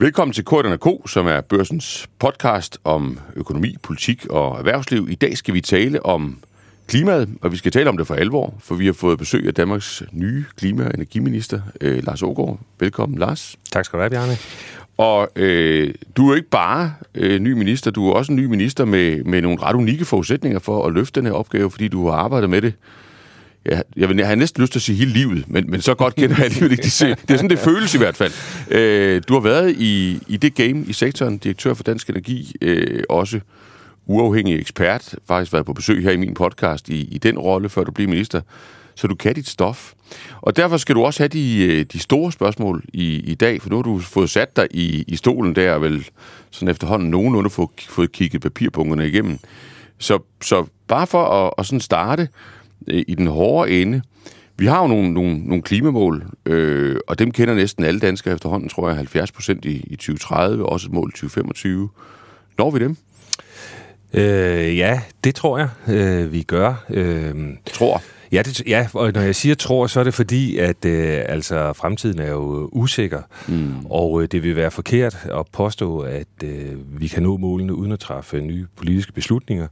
Velkommen til K, som er Børsens podcast om økonomi, politik og erhvervsliv. I dag skal vi tale om klimaet, og vi skal tale om det for alvor, for vi har fået besøg af Danmarks nye klima- og energiminister, Lars Aagaard. Velkommen, Lars. Tak skal du have, Bjarne. Og du er jo ikke bare ny minister, du er også en ny minister med nogle ret unikke forudsætninger for at løfte den her opgave, fordi du har arbejdet med det. Ja, jeg har næsten lyst til at sige hele livet, men så godt kender jeg alligevel ikke. Det er sådan, det føles i hvert fald. Du har været i det game i sektoren, direktør for Dansk Energi, også uafhængig ekspert, faktisk været på besøg her i min podcast i den rolle, før du blev minister, så du kan dit stof. Og derfor skal du også have de store spørgsmål i dag, for nu har du fået sat dig i stolen der, og vel sådan efterhånden nogenlunde fået kigget papirpunkterne igennem. Så bare for at sådan starte i den hårde ende. Vi har jo nogle klimamål, og dem kender næsten alle danskere efterhånden, tror jeg, 70% i 2030, også et mål i 2025. Når vi dem? Ja, det tror jeg, vi gør. Tror? Ja, og når jeg siger tror, så er det fordi, at fremtiden er jo usikker, og det vil være forkert at påstå, at vi kan nå målene uden at træffe nye politiske beslutninger.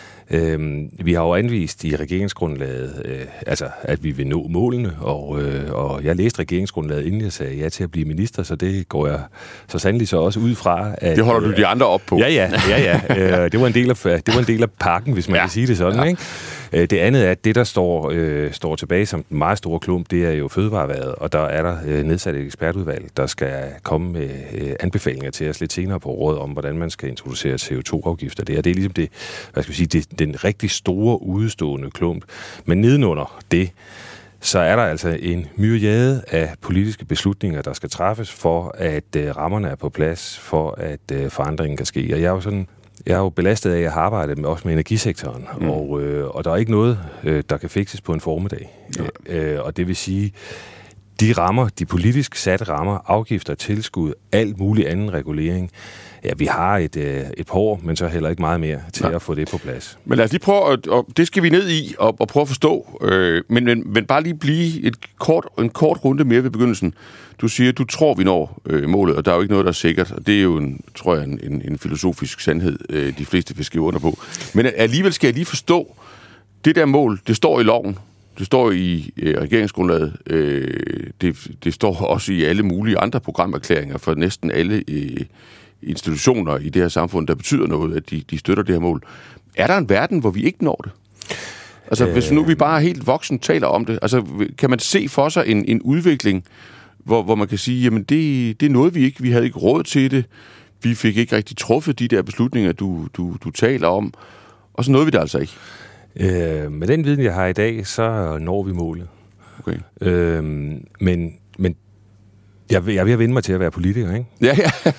Vi har jo anvist i regeringsgrundlaget, at vi vil nå målene, og jeg læste regeringsgrundlaget, inden jeg sagde ja til at blive minister, så det går jeg så sandelig så også ud fra. At, det holder du de andre op på. Ja. Det var en del af pakken, hvis man kan sige det sådan, ikke? Det andet er, at det, der står tilbage som den meget store klump, det er jo fødevareerhvervet, og der er der nedsat et ekspertudvalg, der skal komme med anbefalinger til os lidt senere på året om, hvordan man skal introducere CO2-afgifter. Det er ligesom det, den rigtig store udstående klump. Men nedenunder det, så er der altså en myriade af politiske beslutninger, der skal træffes for, at rammerne er på plads, for at forandringen kan ske. Og jeg er jo belastet af, at jeg har arbejdet også med energisektoren, og der er ikke noget, der kan fikses på en formiddag. Og det vil sige, de politisk satte rammer, afgifter, tilskud, alt mulig anden regulering, ja, vi har et par år, men så heller ikke meget mere til at få det på plads. Men lad os lige prøve, og det skal vi ned i og prøve at forstå, men bare lige blive en kort runde mere ved begyndelsen. Du siger, du tror, vi når målet, og der er jo ikke noget, der er sikkert, og det er jo, en filosofisk sandhed, de fleste vil skrive under på. Men alligevel skal jeg lige forstå, det der mål, det står i loven, det står i regeringsgrundlaget, det står også i alle mulige andre programerklæringer for næsten alle institutioner i det her samfund, der betyder noget, at de støtter det her mål. Er der en verden, hvor vi ikke når det? Altså, hvis nu vi bare helt voksen taler om det, altså, kan man se for sig en udvikling, hvor man kan sige, jamen, det er noget, vi havde ikke råd til det, vi fik ikke rigtig truffet de der beslutninger, du taler om, og så nåede vi det altså ikke. Med den viden, jeg har i dag, så når vi målet. Okay. Men jeg vil vende mig til at være politiker, ikke? Ja.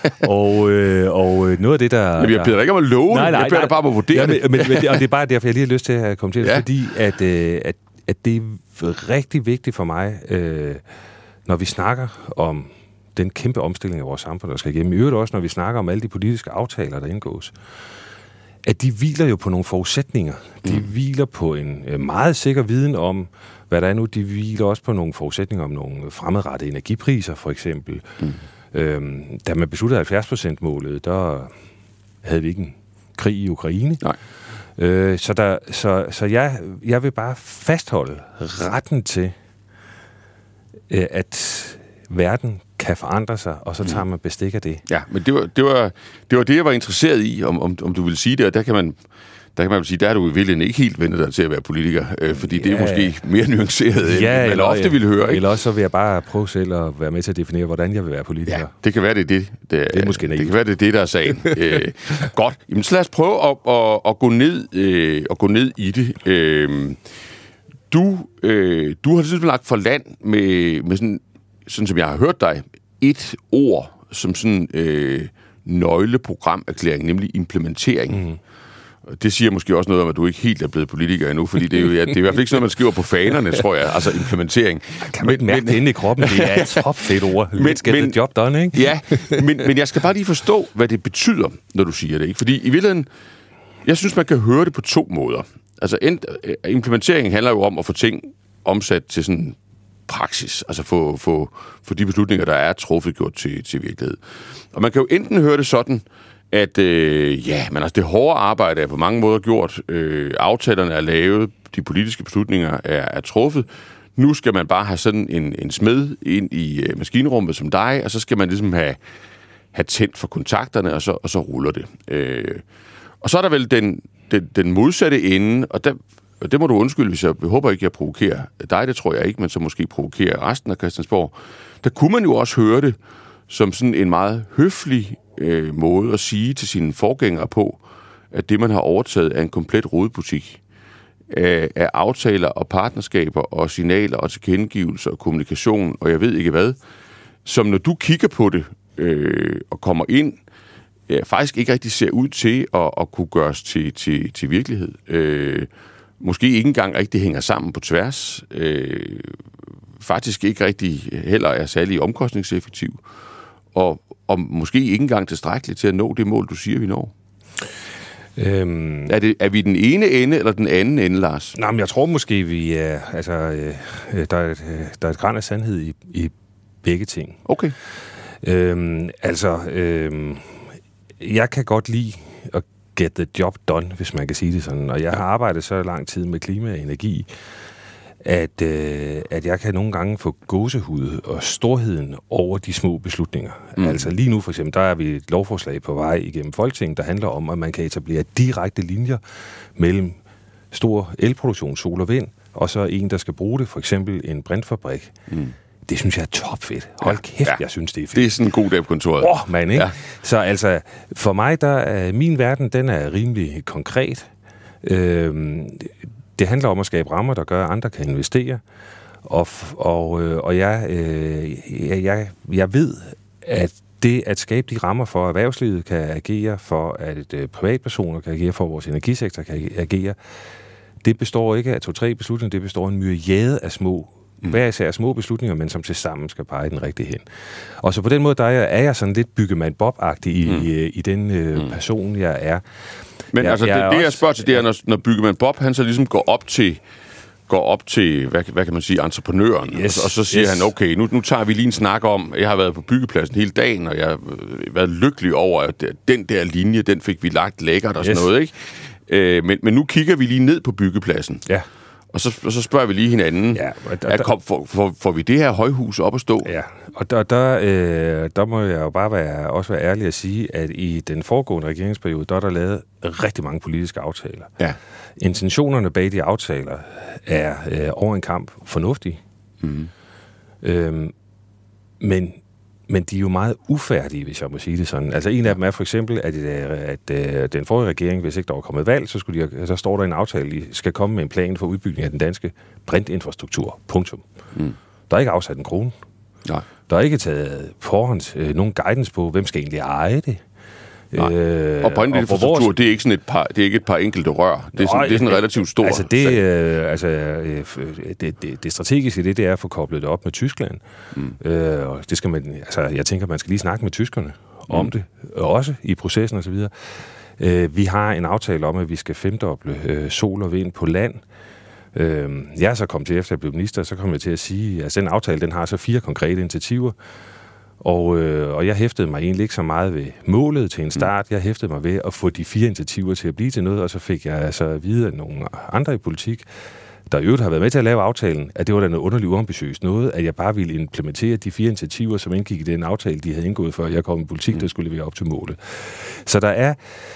og noget af det, der... Jamen, jeg beder dig ikke om at love det. Jeg beder dig bare om at vurdere det. Og det er bare derfor, jeg lige har lyst til at komme til det, fordi at det er rigtig vigtigt for mig, når vi snakker om den kæmpe omstilling af vores samfund, der skal igennem. I øvrigt også, når vi snakker om alle de politiske aftaler, der indgås, at de hviler jo på nogle forudsætninger. De hviler på en meget sikker viden om, hvad der er nu. De hviler også på nogle forudsætninger om nogle fremadrettede energipriser, for eksempel. Da man besluttede 70%-målet, der havde vi ikke en krig i Ukraine. Nej. Så jeg vil bare fastholde retten til, at verden kan forandre sig, og så tager man bestik af det. Ja, men det var det, jeg var interesseret i, om du ville sige det, og der kan man sige, der er du i virkeligheden ikke helt vendt dig til at være politiker, fordi det er måske mere nuanceret, end man ofte ville høre. Ikke? Eller også så vil jeg bare prøve selv at være med til at definere, hvordan jeg vil være politiker. Ja, det kan være, det er måske det kan være, det er det, der er sagen. Godt. Jamen, så lad os prøve at gå ned i det. Du har simpelthen lagt for land med sådan som jeg har hørt dig, et ord som sådan nøgleprogramerklæring, nemlig implementering. Det siger måske også noget om, at du ikke helt er blevet politiker endnu, fordi det er i hvert fald ikke sådan, man skriver på fanerne, tror jeg, altså implementering. Kan man ikke mærke det inde i kroppen? Det er et topfedt ord. Let's get the job done, ikke? Ja, men jeg skal bare lige forstå, hvad det betyder, når du siger det, ikke? Fordi i virkeligheden, jeg synes, man kan høre det på to måder. Altså, implementering handler jo om at få ting omsat til sådan praksis, altså få de beslutninger, der er truffet, gjort til virkelighed. Og man kan jo enten høre det sådan, at men altså det hårde arbejde er på mange måder gjort, aftalerne er lavet, de politiske beslutninger er truffet. Nu skal man bare have sådan en smed ind i maskinrummet som dig, og så skal man ligesom have tændt for kontakterne, og så ruller det. Og så er der vel den modsatte ende, og det må du undskylde, hvis jeg håber ikke, jeg provokerer dig, det tror jeg ikke, men så måske provokerer resten af Christiansborg. Der kunne man jo også høre det som sådan en meget høflig måde at sige til sine forgængere på, at det, man har overtaget, er en komplet rodebutik af aftaler og partnerskaber og signaler og tilkendegivelser og kommunikation, og jeg ved ikke hvad, som når du kigger på det og kommer ind, faktisk ikke rigtig ser ud til at kunne gøres til virkelighed. Måske ikke engang rigtig hænger sammen på tværs. Faktisk ikke rigtig heller er særlig omkostningseffektiv. Og måske ikke engang tilstrækkeligt til at nå det mål, du siger, vi når. Er vi den ene ende eller den anden ende, Lars? Nej, men jeg tror måske, vi er... der er et gran af sandhed i begge ting. Okay. Jeg kan godt lide at get the job done, hvis man kan sige det sådan. Og jeg har arbejdet så lang tid med klima og energi, at jeg kan nogle gange få gåsehud og storheden over de små beslutninger. Altså lige nu for eksempel, der er vi et lovforslag på vej igennem Folketinget, der handler om, at man kan etablere direkte linjer mellem stor elproduktion, sol og vind, og så en, der skal bruge det, for eksempel en brintfabrik. Det synes jeg er topfedt. Hold kæft, jeg synes, det er fedt. Det er sådan en god dag på kontoret. Mand, ikke? Ja. Så altså, for mig, der er min verden, den er rimelig konkret. Det handler om at skabe rammer, der gør, at andre kan investere. Og jeg ved, at det at skabe de rammer for, at erhvervslivet kan agere, for at privatpersoner kan agere, for at vores energisektor kan agere, det består ikke af 2-3 beslutninger, det består af en myriade af hver især små beslutninger, men som til sammen skal pege den rigtige hen. Og så på den måde, der er jeg sådan lidt byggemand Bob-agtig i den person, jeg er. Men det jeg spørger til, det er, når byggemand Bob, han så ligesom går op til hvad kan man sige, entreprenøren, og så siger han, okay, nu tager vi lige en snak om, jeg har været på byggepladsen hele dagen, og jeg har været lykkelig over, at den der linje, den fik vi lagt lækkert og sådan noget, ikke? Men nu kigger vi lige ned på byggepladsen. Ja. Og så spørger vi lige hinanden, får vi det her højhus op at stå? Ja, og der må jeg jo bare også være ærlig at sige, at i den foregående regeringsperiode, der er der lavet rigtig mange politiske aftaler. Ja. Intentionerne bag de aftaler er over en kamp fornuftige. Men de er jo meget ufærdige, hvis jeg må sige det sådan. Altså en af dem er for eksempel, at den forrige regering, hvis ikke der var kommet valg, så står der en aftale, I skal komme med en plan for udbygning af den danske brintinfrastruktur. Punktum. Der er ikke afsat en krone. Nej. Der er ikke taget forhånds nogen guidance på, hvem skal egentlig eje det. Og brintinfrastruktur, det er ikke sådan et par enkelte rør. Det er sådan relativt stort. Det strategiske det er at få koblet det op med Tyskland. Og det skal man, jeg tænker, man skal lige snakke med tyskerne om det, også i processen og så videre. Vi har en aftale om, at vi skal femdoble sol og vind på land. Jeg er så kommet til, efter jeg blev minister, så kom jeg til at sige, at den aftale, den har så 4 konkrete initiativer. Og jeg hæftede mig egentlig ikke så meget ved målet til en start. Jeg hæftede mig ved at få de 4 initiativer til at blive til noget, og så fik jeg altså at vide af nogle andre i politik, der i øvrigt har været med til at lave aftalen, at det var da noget underligt uambitiøst noget, at jeg bare ville implementere de 4 initiativer, som indgik i den aftale, de havde indgået, før jeg kom i politik, der skulle levere op til målet. Så der er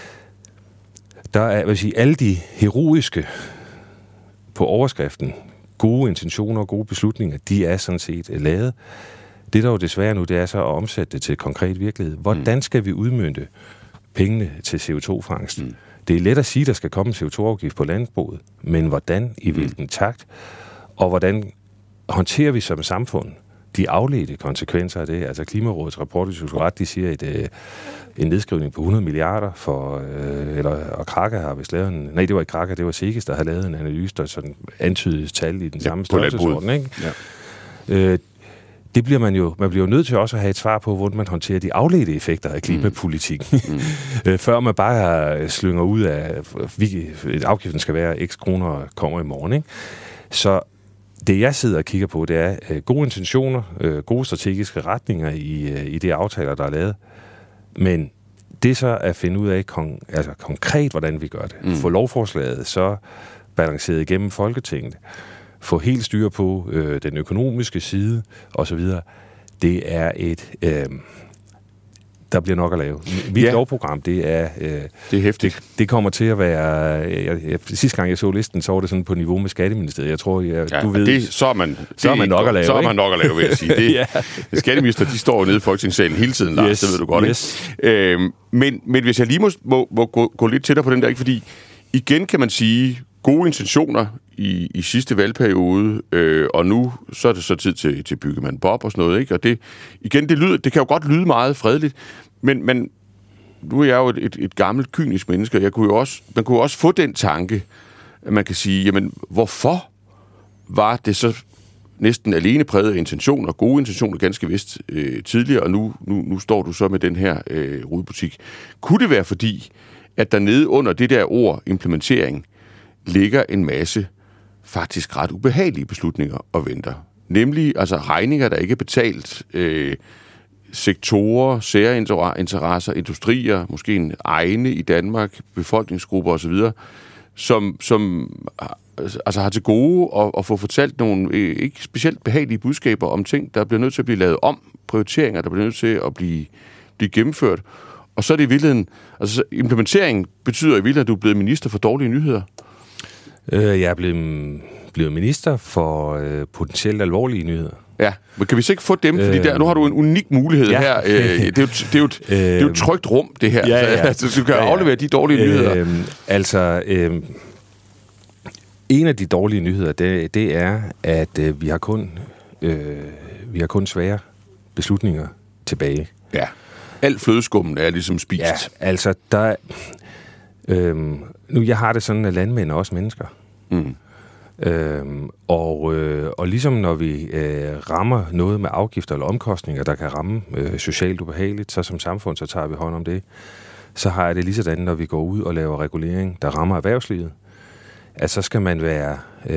vil sige, alle de heroiske på overskriften, gode intentioner og gode beslutninger, de er sådan set lavet. Det, der jo desværre nu, det er så at omsætte det til konkret virkelighed. Hvordan skal vi udmønte pengene til CO2-fangst? Det er let at sige, at der skal komme en CO2-afgift på landbruget, men hvordan, i hvilken takt, og hvordan håndterer vi som samfund de afledte konsekvenser af det? Altså Klimarådets rapport, hvis du skal ret, de siger en nedskrivning på 100 milliarder og Kraka har vist lavet det var ikke Kraka, det var Segis, der har lavet en analyse, der sådan antydes tal i den samme størrelsesorden, ikke? Ja. Det bliver man bliver jo nødt til også at have et svar på, hvordan man håndterer de afledte effekter af klimapolitikken. Før man bare slynger ud af, at afgiften skal være x kroner kommer i morgen. Ikke? Så det jeg sidder og kigger på, det er gode intentioner, gode strategiske retninger i de aftaler, der er lavet. Men det så at finde ud af konkret, hvordan vi gør det. Få lovforslaget så balanceret igennem Folketinget. Få helt styr på den økonomiske side osv. Det er der bliver nok at lave. Mit lovprogram, det er heftigt. Det kommer til at være... sidste gang jeg så listen, så var det sådan på niveau med Skatteministeriet. Jeg tror, du ved... Så er man nok at lave. Så er man nok at lave, vil jeg sige. Skatteminister, de står jo nede i Folketingssalen hele tiden, Lars, det ved du godt, ikke? Men hvis jeg lige må gå lidt tættere på den der, ikke? Fordi igen kan man sige, gode intentioner i sidste valgperiode, og nu så er det så tid til Byggemand Bob og sådan noget, ikke? Og det kan jo godt lyde meget fredeligt, men nu er jeg jo et gammelt, kynisk menneske, og man kunne jo også få den tanke, at man kan sige, jamen, hvorfor var det så næsten alene præget af intentioner, gode intentioner ganske vist tidligere, og nu står du så med den her rudebutik. Kunne det være fordi, at der nede under det der ord implementering ligger en masse faktisk ret ubehagelige beslutninger og venter? Nemlig altså regninger, der ikke er betalt, sektorer, særinteresser, industrier, måske en egne i Danmark, befolkningsgrupper osv., som altså har til gode at få fortalt nogle ikke specielt behagelige budskaber om ting, der bliver nødt til at blive lavet om, prioriteringer, der bliver nødt til at blive gennemført. Og så er det i virkeligheden, altså implementering betyder i virkeligheden, at du er blevet minister for dårlige nyheder. Jeg er blevet minister for potentielt alvorlige nyheder. Ja, men kan vi så ikke få dem? Fordi nu har du en unik mulighed her. Det er jo et trygt rum, det her. Så du kan aflevere de dårlige nyheder. En af de dårlige nyheder, det er, at vi har kun svære beslutninger tilbage. Ja. Al flødeskummen er ligesom spist. Ja, altså der... jeg har det sådan, at landmænd er også mennesker. Og ligesom når vi rammer noget med afgifter eller omkostninger, der kan ramme socialt ubehageligt, så som samfund, så tager vi hånd om det. Så har jeg det lige sådan, når vi går ud og laver regulering, der rammer erhvervslivet, at så skal man være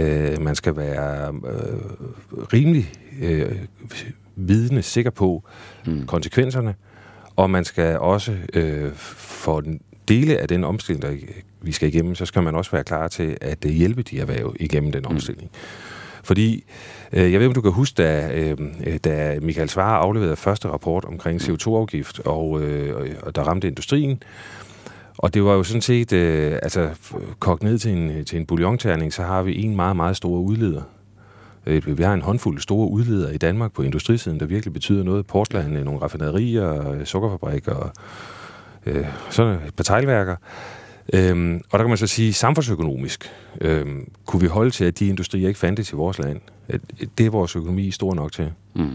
rimelig vidende, sikker på konsekvenserne, og man skal også for den dele af den omstilling, der vi skal igennem, så skal man også være klar til at hjælpe de erhverv igennem den omstilling. Fordi, jeg ved ikke, om du kan huske, da Michael Svarer afleverede første rapport omkring CO2-afgift, og der ramte industrien, og det var jo sådan set, kogt ned til en bouillonterning, så har vi en meget, meget stor udleder. Vi har en håndfuld store udledere i Danmark på industrisiden, der virkelig betyder noget. Portland, nogle raffinaderier, sukkerfabrikker, sådan et par teglværker. Og der kan man så sige, samfundsøkonomisk kunne vi holde til, at de industrier ikke fandtes i vores land. Det er vores økonomi stor nok til.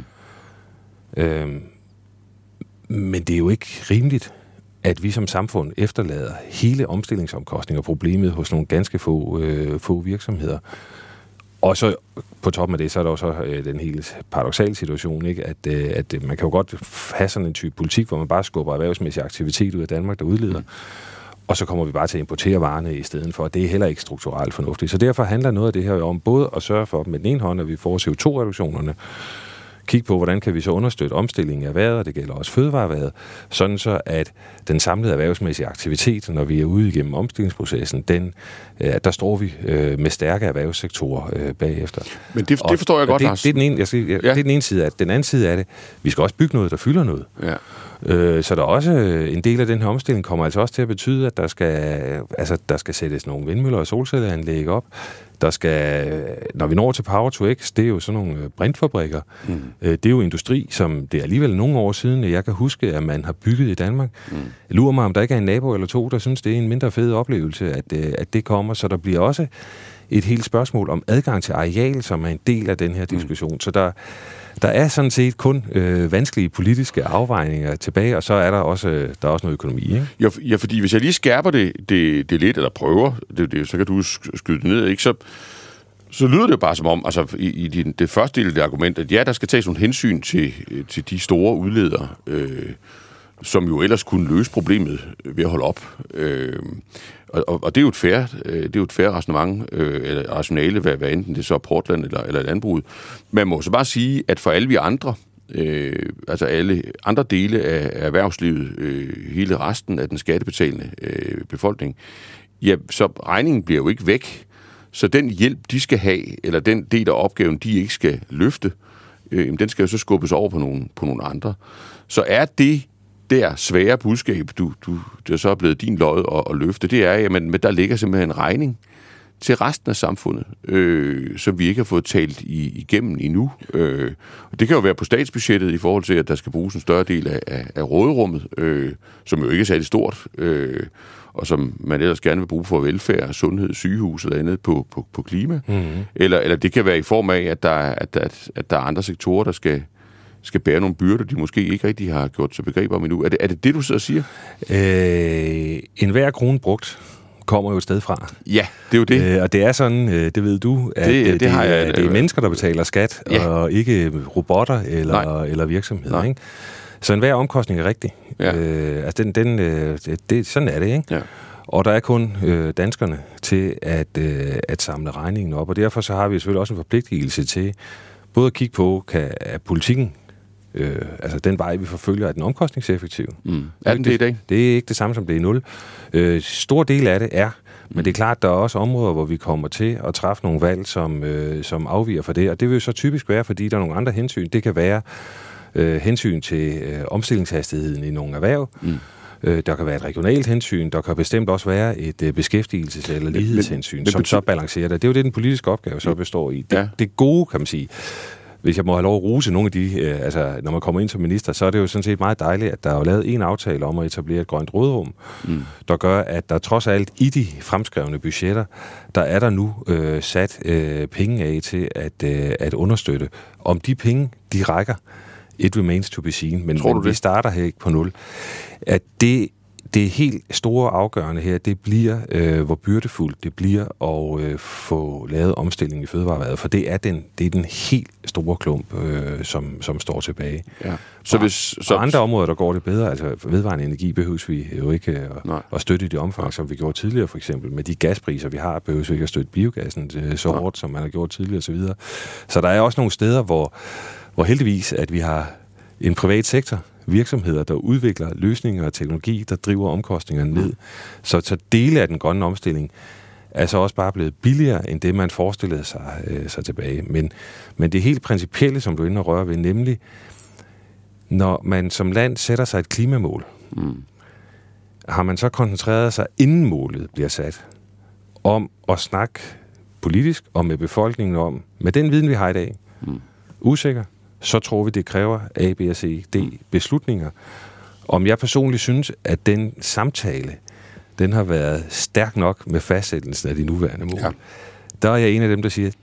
Men det er jo ikke rimeligt, at vi som samfund efterlader hele omstillingsomkostninger og problemet hos nogle ganske få virksomheder. Og så på toppen af det, så er der også den helt paradoksale situation, ikke? At man kan jo godt have sådan en type politik, hvor man bare skubber erhvervsmæssig aktivitet ud af Danmark, der udleder. Og så kommer vi bare til at importere varerne i stedet for, det er heller ikke strukturelt fornuftigt. Så derfor handler noget af det her om både at sørge for med den ene hånd, at vi får CO2-reduktionerne, kigge på, hvordan kan vi så understøtte omstillingen af erhvervet, og det gælder også fødevareerhvervet, sådan så, at den samlede erhvervsmæssige aktivitet, når vi er ude igennem omstillingsprocessen, der står vi med stærke erhvervssektorer bagefter. Men det forstår jeg godt, Lars. Det er den ene side af det. Den anden side af det, vi skal også bygge noget, der fylder noget. Ja. Så der er også en del af den her omstilling kommer altså også til at betyde, at der skal sættes nogle vindmøller og solcelleanlæg op. Der skal, når vi når til Power to X, det er jo sådan nogle brintfabrikker. Det er jo industri, som det er alligevel nogle år siden, jeg kan huske, at man har bygget i Danmark. Jeg lurer mig, om der ikke er en nabo eller to, der synes, det er en mindre fed oplevelse, at det kommer. Så der bliver også et helt spørgsmål om adgang til areal, som er en del af den her diskussion. Så der er sådan set kun vanskelige politiske afvejninger tilbage, og så er der også noget økonomi, ikke? Ja, fordi hvis jeg lige skærper det lidt, eller prøver, så kan du skyde det ned, ikke? Så lyder det bare som om, altså i det første del af det argument, at ja, der skal tages nogle hensyn til de store udledere, som jo ellers kunne løse problemet ved at holde op. Og det er jo et fair racenoment, eller rationale, hvad enten det så er Portland eller landbruget. Man må så bare sige, at for alle vi andre, altså alle andre dele af erhvervslivet, hele resten af den skattebetalende befolkning, ja, så regningen bliver jo ikke væk. Så den hjælp, de skal have, eller den del af opgaven, de ikke skal løfte, den skal jo så skubbes over på nogle andre. Så er det der svære budskab, der så er blevet din lod at løfte, det er, jamen, der ligger simpelthen en regning til resten af samfundet, som vi ikke har fået talt igennem endnu. Det kan jo være på statsbudgettet i forhold til, at der skal bruges en større del af råderummet, som jo ikke er særlig stort, og som man ellers gerne vil bruge for velfærd, sundhed, sygehus eller andet på klima. Mm-hmm. Eller det kan være i form af, at der er andre sektorer, der skal bære nogle byrder, de måske ikke rigtig har gjort sig begreb om endnu. Er det, du sidder og siger? Enhver krone brugt kommer jo et sted fra. Ja, det er jo det. Og det er sådan, det ved du, at det er mennesker, der betaler skat, ja, og ikke robotter eller virksomheder. Ikke? Så enhver omkostning er rigtig. Ja. Sådan er det, ikke? Ja. Og der er kun danskerne til at samle regningen op, og derfor så har vi selvfølgelig også en forpligtelse til både at kigge på, at politikken, altså den vej, vi forfølger, er den omkostningseffektiv. Er den det i dag? Det er ikke det samme, som det er i 0. Stor del af det er, men det er klart, der er også områder, hvor vi kommer til at træffe nogle valg, som afviger fra det, og det vil jo så typisk være, fordi der er nogle andre hensyn. Det kan være hensyn til omstillingshastigheden i nogle erhverv. Der kan være et regionalt hensyn, der kan bestemt også være et beskæftigelses- eller lighedshensyn, som så balancerer det. Det er jo det, den politiske opgave så består i. Det gode, kan man sige, hvis jeg må have lov at rose nogle af de, når man kommer ind som minister, så er det jo sådan set meget dejligt, at der er jo lavet en aftale om at etablere et grønt råderum, der gør, at der trods alt i de fremskrevne budgetter, der er der nu sat penge af til at understøtte. Om de penge, de rækker, it remains to be seen, men vi starter her ikke på 0. At det helt store afgørende her, det bliver, hvor byrdefuldt det bliver at få lavet omstilling i fødevareerhvervet, for det er den helt store klump, som står tilbage. Ja. Så andre områder, der går det bedre, altså vedvarende energi, behøves vi jo ikke at støtte i det omfang, som vi gjorde tidligere, for eksempel. Med de gaspriser, vi har, behøves vi ikke at støtte biogassen så hårdt, som man har gjort tidligere osv. Så der er også nogle steder, hvor heldigvis, at vi har en privat sektor, virksomheder, der udvikler løsninger og teknologi, der driver omkostningerne ned. Så dele af den grønne omstilling er så også bare blevet billigere, end det, man forestillede sig tilbage. Men det helt principielle, som du er inde og rører ved, nemlig, når man som land sætter sig et klimamål, har man så koncentreret sig, inden målet bliver sat, om at snakke politisk og med befolkningen om, med den viden, vi har i dag, usikker, så tror vi, det kræver A, B, C, D beslutninger. Om jeg personligt synes, at den samtale, den har været stærk nok med fastsættelsen af de nuværende mål. Ja. Der er jeg en af dem, der siger,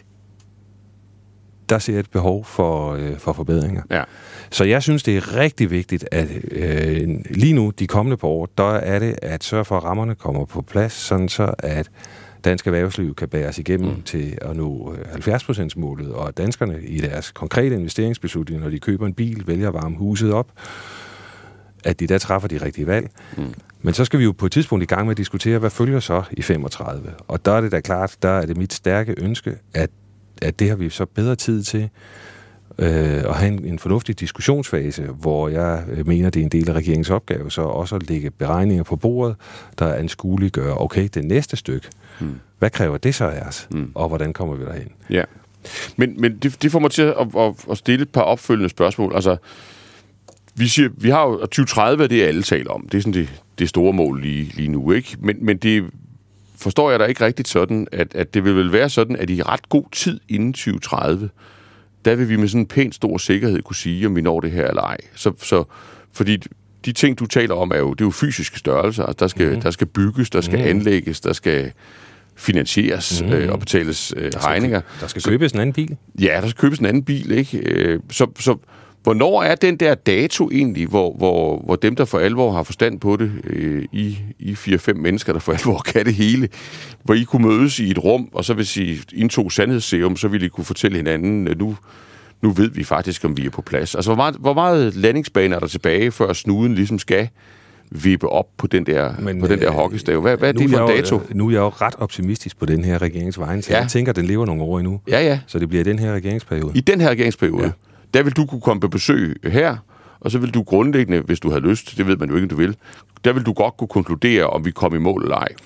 der ser jeg et behov for forbedringer. Ja. Så jeg synes, det er rigtig vigtigt, at lige nu, de kommende par år, der er det at sørge for, at rammerne kommer på plads, sådan så at dansk erhvervsliv kan bæres igennem til at nå 70%-målet, og danskerne i deres konkrete investeringsbeslutninger, når de køber en bil, vælger at varme huset op, at de der træffer de rigtige valg. Men så skal vi jo på et tidspunkt i gang med at diskutere, hvad følger så i 35. Og der er det da klart, der er det mit stærke ønske, at det har vi så bedre tid til at have en fornuftig diskussionsfase, hvor jeg mener, det er en del af regeringens opgave, så også at lægge beregninger på bordet, der anskueliggør, okay, det næste stykke, hvad kræver det så af os, og hvordan kommer vi derhen? Ja, men det får mig til at stille et par opfølgende spørgsmål. Altså, vi har jo 2030, det alle taler om. Det er sådan det store mål lige nu, ikke? Men det forstår jeg da ikke rigtigt sådan, at det vil vel være sådan, at i ret god tid inden 2030, der vil vi med sådan en pænt stor sikkerhed kunne sige, om vi når det her eller ej. Så fordi de ting, du taler om, det er jo fysiske størrelser. Altså, der skal bygges, der skal anlægges, der skal finansieres og betales regninger. Der skal købes en anden bil. Ja, der skal købes en anden bil, ikke? Så hvornår er den der dato egentlig, hvor dem, der for alvor har forstand på det, I 4-5 mennesker, der for alvor kan det hele, hvor I kunne mødes i et rum, og så hvis I indtog sandhedsserum, så ville I kunne fortælle hinanden, nu ved vi faktisk, om vi er på plads. Altså, hvor meget landingsbane er der tilbage, før snuden ligesom skal vippe op på den der hockeystav? Hvad er det for en dato? Nu er jeg jo ret optimistisk på den her regeringsvejen, så jeg tænker, at den lever nogle år endnu. Ja. Så det bliver i den her regeringsperiode. I den her regeringsperiode, der vil du kunne komme på besøg her, og så vil du grundlæggende, hvis du har lyst, det ved man jo ikke, om du vil, der vil du godt kunne konkludere, om vi kommer i mål eller ej.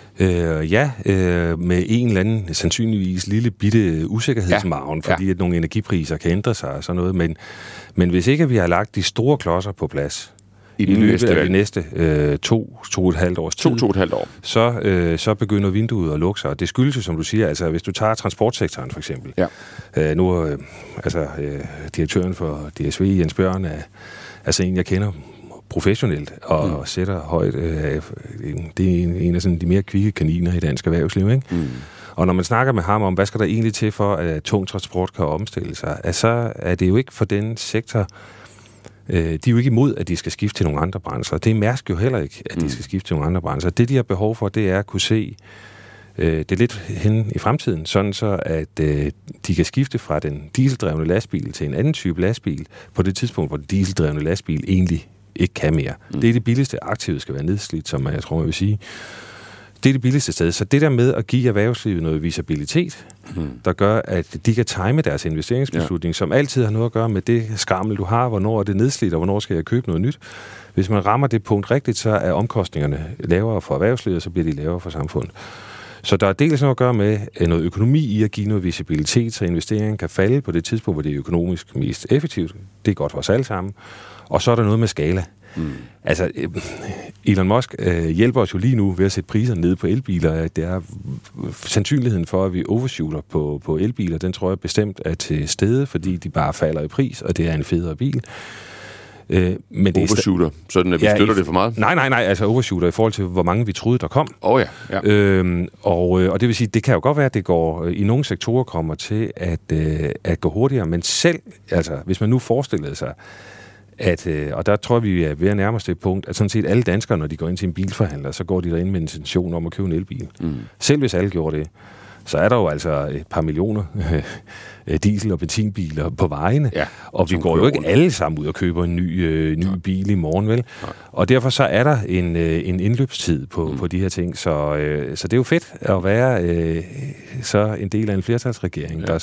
Med en eller anden sandsynligvis lille bitte usikkerhedsmargen, fordi at nogle energipriser kan ændre sig og sådan noget. Men hvis ikke vi har lagt de store klodser på plads i løbet af de næste 2,5 års tid, 2,5 år, så begynder vinduet at lukke sig. Og det skyldes jo, som du siger, altså hvis du tager transportsektoren for eksempel. Direktøren for DSV, Jens Bjørn, er altså en, jeg kender professionelt og sætter højt. Det er en af sådan de mere kvikke kaniner i dansk erhvervsliv, ikke? Og når man snakker med ham om, hvad skal der egentlig til for, at tung transport kan omstille sig, så er det jo ikke for den sektor. De er jo ikke imod, at de skal skifte til nogle andre brændsler. Det er Mærsk jo heller ikke, at de skal skifte til nogle andre brændsler. Det, de har behov for, det er at kunne se det lidt hen i fremtiden, sådan så, at de kan skifte fra den dieseldrevne lastbil til en anden type lastbil på det tidspunkt, hvor den dieseldrevne lastbil egentlig ikke kan mere. Det er det billigste. Aktivet skal være nedslidt, som jeg tror, man vil sige. Det er det billigste sted. Så det der med at give erhvervslivet noget visibilitet, der gør, at de kan time deres investeringsbeslutning, som altid har noget at gøre med det skrammel, du har, hvornår er det nedslidt, og hvornår skal jeg købe noget nyt. Hvis man rammer det punkt rigtigt, så er omkostningerne lavere for erhvervslivet, og så bliver de lavere for samfundet. Så der er dels noget at gøre med noget økonomi i at give noget visibilitet, så investeringen kan falde på det tidspunkt, hvor det er økonomisk mest effektivt. Det er godt for os alle sammen. Og så er der noget med skala. Altså, Elon Musk hjælper os jo lige nu ved at sætte priserne ned på elbiler. Det er sandsynligheden for, at vi overshooter på elbiler, den tror jeg bestemt er til stede, fordi de bare falder i pris, og det er en federe bil. Men overshooter, sådan at vi støtter det for meget? Nej, altså overshooter i forhold til, hvor mange vi troede, der kom. Og det vil sige, det kan jo godt være, at det går i nogle sektorer kommer til at gå hurtigere, men selv, altså hvis man nu forestillede sig, og der tror vi er ved at nærme os det punkt, at sådan set alle danskere, når de går ind til en bilforhandler, så går de derind med intention om at købe en elbil. Selv hvis alle gjorde det, så er der jo altså et par millioner diesel- og benzinbiler på vejene, og vi går jo ikke alle sammen ud og køber en ny bil i morgen, vel? Nej. Og derfor så er der en indløbstid på de her ting, så det er jo fedt at være så en del af en flertalsregering, der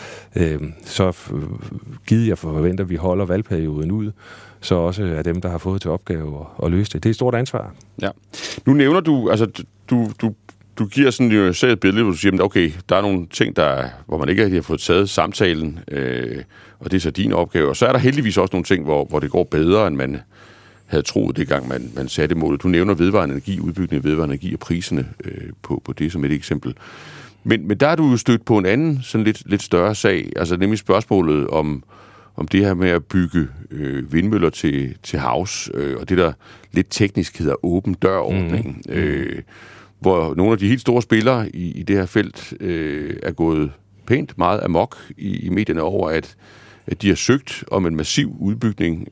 så givet jeg forventer, at vi holder valgperioden ud, så også er dem, der har fået til opgave at løse det. Det er et stort ansvar. Ja. Nu nævner du, altså du giver sådan jo selv et billede, hvor du siger, at okay, der er nogle ting, hvor man ikke rigtig har fået taget samtalen, og det er så din opgave. Og så er der heldigvis også nogle ting, hvor det går bedre, end man havde troet, det gang man satte målet. Du nævner vedvarende energi, udbygning af vedvarende energi og priserne på det som et eksempel. Men der er du jo stødt på en anden, sådan lidt større sag, altså nemlig spørgsmålet om det her med at bygge vindmøller til havs, og det der lidt teknisk hedder åben dør-ordningen. Hvor nogle af de helt store spillere i det her felt er gået pænt meget amok i medierne over, at de har søgt om en massiv udbygning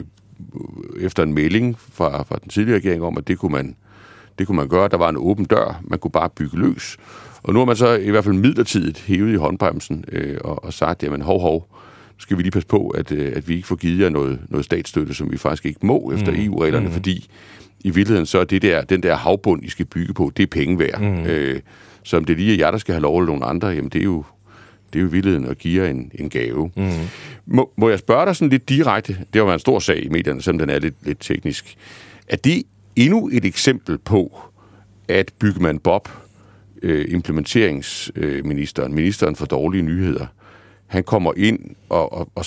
efter en melding fra den tidligere regering om, at det kunne man gøre. Der var en åben dør, man kunne bare bygge løs. Og nu har man så i hvert fald midlertidigt hævet i håndbremsen og sagt, jamen hov, skal vi lige passe på, at vi ikke får givet jer noget statsstøtte, som vi faktisk ikke må efter EU-reglerne, fordi i virkeligheden så er den der havbund, I skal bygge på, det er penge værd. Så om det lige er jer, der skal have lov eller nogle andre, jamen det er jo i virkeligheden at give jer en gave. Må jeg spørge dig sådan lidt direkte, det har været en stor sag i medierne, selvom den er lidt teknisk. Er det endnu et eksempel på, at Byggemann Bob, implementeringsministeren, ministeren for dårlige nyheder, han kommer ind, og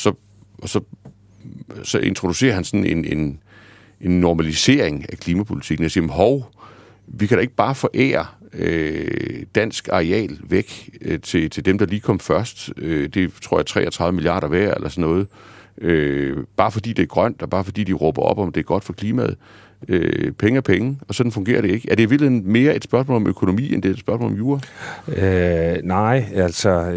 så introducerer han sådan en normalisering af klimapolitikken. Jeg siger, vi kan da ikke bare forære dansk areal væk til dem, der lige kom først. Det tror jeg 33 milliarder værd eller sådan noget. Bare fordi det er grønt, og bare fordi de råber op om, det er godt for klimaet. Penge er penge, og sådan fungerer det ikke. Er det virkelig mere et spørgsmål om økonomi, end det er et spørgsmål om jura? Nej, altså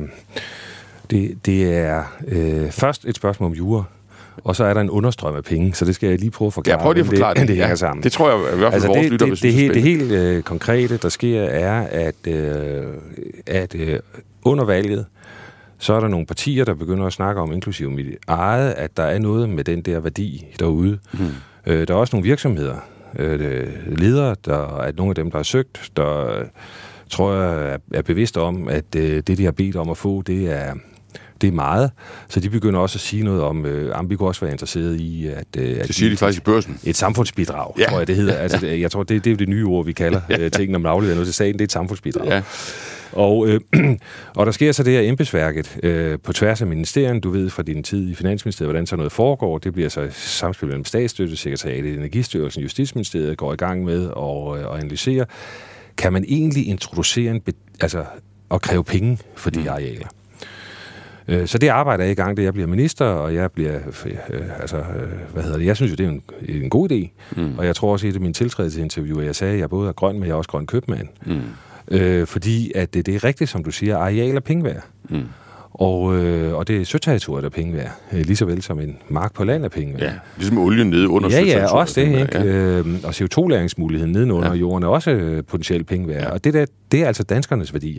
det er først et spørgsmål om jura, og så er der en understrøm af penge, så det skal jeg lige prøve at forklare. Ja, prøv lige at forklare det. Det hænger sammen. Det tror jeg i hvert fald, vores lytter vil synes er spændende. Det helt konkrete, der sker, er, at under valget, Så er der nogle partier, der begynder at snakke om, inklusive mit eget, at der er noget med den der værdi derude. Der er også nogle virksomheder, ledere, at nogle af dem, der har søgt, der tror jeg er bevidste om, at det, de har bedt om at få, det er meget. Så de begynder også at sige noget om, vi kunne også være interesseret i, at det siger de faktisk i Børsen. Et samfundsbidrag, tror jeg, det hedder. Altså, jeg tror, det er jo det nye ord, vi kalder ting, når man afleverer noget til staten. Det er et samfundsbidrag. Ja. Og der sker så det her embedsværket på tværs af ministerien. Du ved fra din tid i Finansministeriet, hvordan så noget foregår. Det bliver så samspil mellem Statsstøttesekretariatet, Energistyrelsen, Justitsministeriet går i gang med at analysere. Kan man egentlig introducere og kræve penge for de arealer? Så det arbejder jeg i gang, da jeg bliver minister, og jeg bliver, jeg synes jo, det er en god idé. Og jeg tror også, at i min tiltrædelsesinterview, jeg sagde, at jeg både er grøn, men jeg er også grøn købmand. Fordi at det er rigtigt, som du siger, areal er penge værd. Og det er søterritoriet, der er penge værd. Lige så vel som en mark på land er penge værd. Ja, ligesom olien nede under søterritoriet. Ja, også det, ikke? Ja. Og CO2-læringsmuligheden nedenunder jorden er også potentielt penge værd. Ja. Og det er altså danskernes værdier.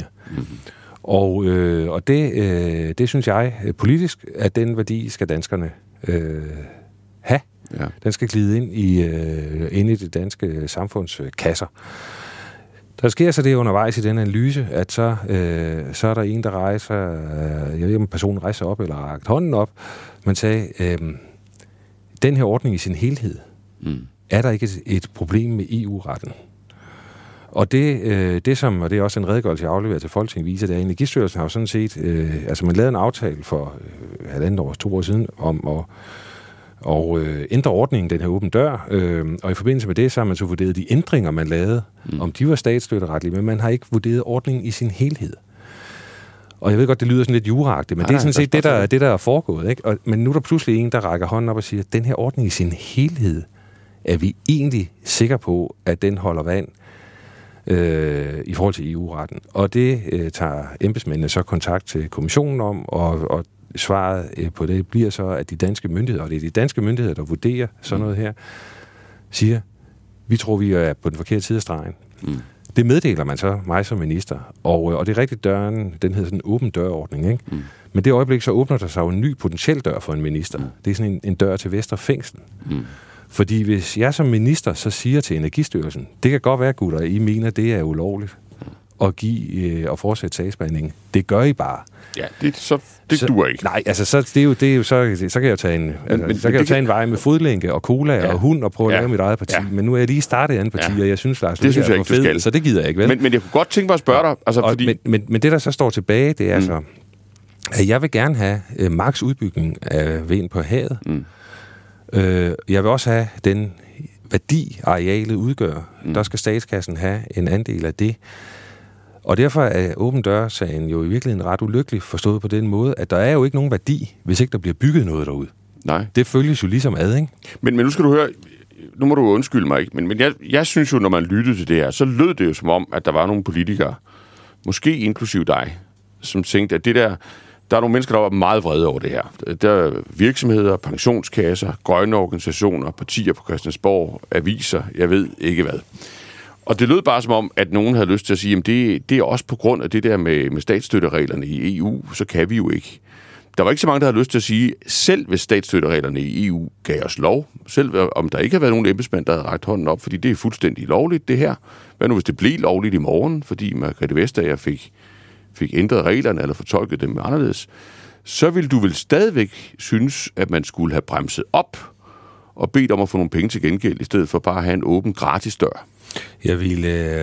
Og det synes jeg politisk, at den værdi skal danskerne have. Ja. Den skal glide ind i det danske samfunds kasser. Der sker så det undervejs i den analyse, at så er der en, der rejser, jeg ved ikke om personen rejser op eller har rakt hånden op, man sagde, den her ordning i sin helhed, er der ikke et problem med EU-retten? Og det som, og det er også en redegørelse, jeg afleverer til Folketinget, viser, det er, at Energistyrelsen har jo sådan set, man lavede en aftale for 2 år siden, om at ændre ordningen, den her åben dør, og i forbindelse med det, så har man så vurderet de ændringer, man lavede, om de var statsstøtteretlige, men man har ikke vurderet ordningen i sin helhed. Og jeg ved godt, det lyder sådan lidt juraagtigt, men det er sådan set det, der er foregået, ikke? Men nu er der pludselig en, der rækker hånden op og siger, at den her ordning i sin helhed, er vi egentlig sikre på, at den holder vand i forhold til EU-retten. Og det tager embedsmændene så kontakt til kommissionen om, og svaret på det bliver så, at de danske myndigheder, og det er de danske myndigheder, der vurderer sådan noget her, siger, vi tror, vi er på den forkerte side af stregen. Det meddeler man så mig som minister. Og det er rigtigt, døren, den hedder sådan en åben dørordning, ikke? Men det øjeblik, så åbner der sig jo en ny potentiel dør for en minister. Det er sådan en dør til Vestre Fængsel. Fordi hvis jeg som minister så siger til Energistyrelsen, det kan godt være, gutter, I mener, det er ulovligt at give og fortsætte sagsbehandlingen. Det gør I bare. Ja, det duer ikke. Nej, altså så kan jeg jo tage en vej med fodlænke og cola og hund og prøve at lave mit eget parti. Ja. Men nu er jeg lige startet i andet parti, og jeg synes, Lars, det synes jeg ikke, du skal. Så det gider jeg ikke, vel? Men jeg kunne godt tænke mig at spørge dig. Altså, fordi... men det, der så står tilbage, det er så, at jeg vil gerne have maks udbygning af vind på havet. Jeg vil også have den værdi, arealet udgør. Der skal statskassen have en andel af det. Og derfor er åben dør-sagen jo i virkeligheden ret ulykkelig forstået på den måde, at der er jo ikke nogen værdi, hvis ikke der bliver bygget noget derude. Nej. Det følges jo ligesom ad, ikke? Men nu skal du høre, nu må du undskylde mig ikke, men jeg synes jo, når man lyttede til det her, så lød det jo som om, at der var nogle politikere, måske inklusiv dig, som tænkte, at der er nogle mennesker, der var meget vrede over det her. Der er virksomheder, pensionskasser, grønne organisationer, partier på Christiansborg, aviser, jeg ved ikke hvad. Og det lød bare som om, at nogen havde lyst til at sige, at det er også på grund af det der med statsstøttereglerne i EU, så kan vi jo ikke. Der var ikke så mange, der havde lyst til at sige, selv hvis statsstøttereglerne i EU gav os lov, selv om der ikke havde været nogen embedsmænd, der havde rakt hånden op, fordi det er fuldstændig lovligt, det her. Hvad nu, hvis det blev lovligt i morgen, fordi Margrethe Vestager fik ændret reglerne eller fortolket dem anderledes, så ville du vel stadigvæk synes, at man skulle have bremset op og bedt om at få nogle penge til gengæld, i stedet for bare at have en åben, gratis dør. Jeg vil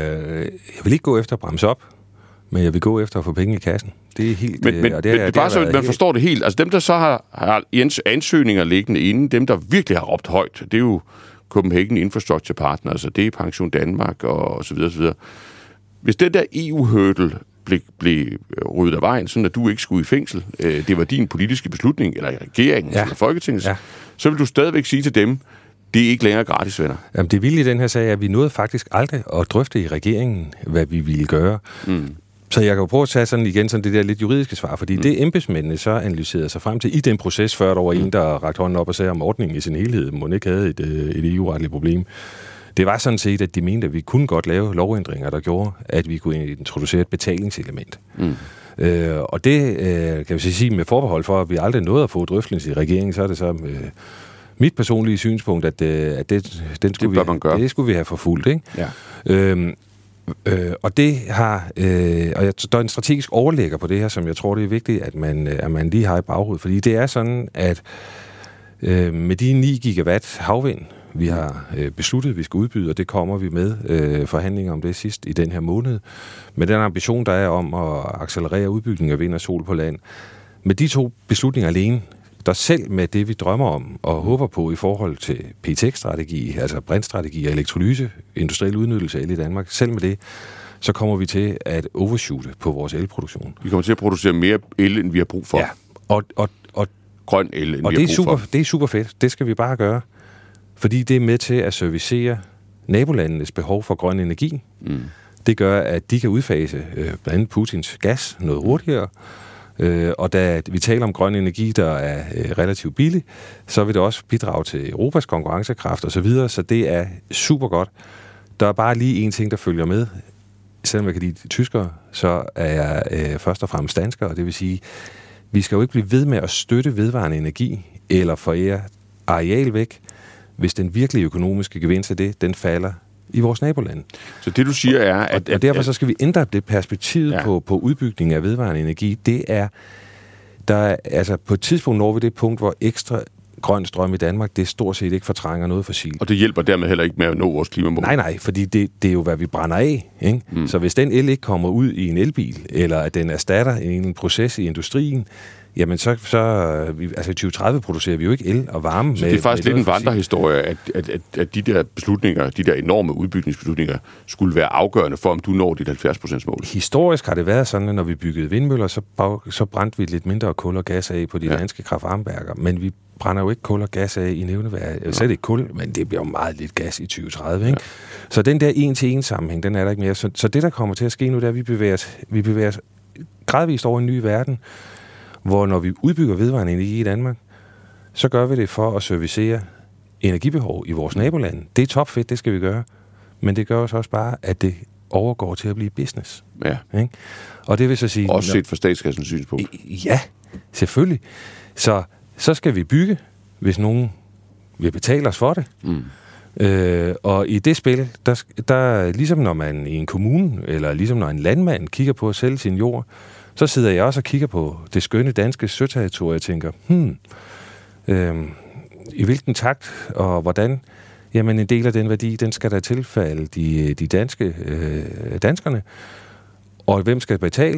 ikke gå efter at bremse op, men jeg vil gå efter at få penge i kassen. Det er helt... Men bare så man forstår det helt. Altså dem, der så har ansøgninger liggende inde, dem, der virkelig har råbt højt, det er jo Copenhagen Infrastructure Partners, altså det er Pension Danmark og så videre, så videre. Hvis den der EU-hurdle blev ryddet af vejen, sådan at du ikke skulle i fængsel, det var din politiske beslutning, eller i regeringen, eller Folketingets, så vil du stadigvæk sige til dem, det er ikke længere gratis, venner. Jamen, det vilde i den her sag er, at vi nåede faktisk aldrig at drøfte i regeringen, hvad vi ville gøre. Så jeg kan jo prøve at tage sådan igen sådan det der lidt juridiske svar, fordi det embedsmændene så analyserede sig frem til i den proces, før der var en, der rakte hånden op og sagde, om ordningen i sin helhed må ikke have et EU-retligt problem. Det var sådan set, at de mente, at vi kunne godt lave lovændringer, der gjorde, at vi kunne introducere et betalingselement. Og det kan vi sige med forbehold for, at vi aldrig nåede at få drøftelse i regeringen, så er det så mit personlige synspunkt, at det skulle vi have forfulgt, ikke? Ja. Og det har der er en strategisk overlægger på det her, som jeg tror, det er vigtigt, at man lige har i baghovedet. Fordi det er sådan, at med de 9 gigawatt havvind, vi har besluttet, at vi skal udbyde, og det kommer vi med forhandlinger om det sidst i den her måned, med den ambition, der er om at accelerere udbygningen af vind og sol på land. Med de 2 beslutninger alene, der selv med det, vi drømmer om og håber på i forhold til PTX-strategi, altså brintstrategi og elektrolyse, industriel udnyttelse af el i Danmark, selv med det, så kommer vi til at overshoote på vores elproduktion. Vi kommer til at producere mere el, end vi har brug for. Ja, og grøn el, end og vi har brug for. Det er super fedt. Det skal vi bare gøre. Fordi det er med til at servicere nabolandenes behov for grøn energi. Mm. Det gør, at de kan udfase blandt andet Putins gas noget hurtigere. Og da vi taler om grøn energi, der er relativt billig, så vil det også bidrage til Europas konkurrencekraft osv., så det er super godt. Der er bare lige en ting, der følger med. Selvom jeg kan lide tyskere, så er jeg først og fremmest dansker, og det vil sige, vi skal jo ikke blive ved med at støtte vedvarende energi eller forære areal væk, hvis den virkelige økonomiske gevinst af det, den falder i vores nabolande. Så det, du siger, er, at... Og derfor så skal vi ændre det perspektiv på udbygning af vedvarende energi. Det er... altså på et tidspunkt når vi det punkt, hvor ekstra grøn strøm i Danmark, det stort set ikke fortrænger noget fossilt. Og det hjælper dermed heller ikke med at nå vores klimamål? Nej, fordi det er jo, hvad vi brænder af. Ikke? Mm. Så hvis den el ikke kommer ud i en elbil, eller at den erstatter en proces i industrien, jamen så altså i 2030 producerer vi jo ikke el og varme. Så det er faktisk lidt en vandrehistorie, at de der beslutninger, de der enorme udbygningsbeslutninger, skulle være afgørende for, om du når dit 70%-mål. Historisk har det været sådan, at når vi byggede vindmøller, så brændte vi lidt mindre kul og gas af på de danske kraft-varmeværker, men vi brænder jo ikke kul og gas af i nævneværd. Slet ikke kul, men det bliver jo meget lidt gas i 2030. Ikke? Ja. Så den der 1-til-1 sammenhæng, den er der ikke mere. Så det, der kommer til at ske nu, det er, at vi bevæger os gradvist over en ny verden, hvor når vi udbygger vedvarende energi i Danmark, så gør vi det for at servicere energibehov i vores nabolande. Det er topfedt, det skal vi gøre. Men det gør også bare, at det overgår til at blive business. Ja. Ikke? Og det vil så sige... Også set fra statskassens synspunkt. Ja, selvfølgelig. Så skal vi bygge, hvis nogen vil betale os for det. Mm. Og i det spil, der ligesom når man i en kommune, eller ligesom når en landmand kigger på at sælge sin jord, så sidder jeg også og kigger på det skønne danske søterritorie og tænker, i hvilken takt og hvordan, jamen en del af den værdi, den skal der tilfalde de danskerne. Og hvem skal betale?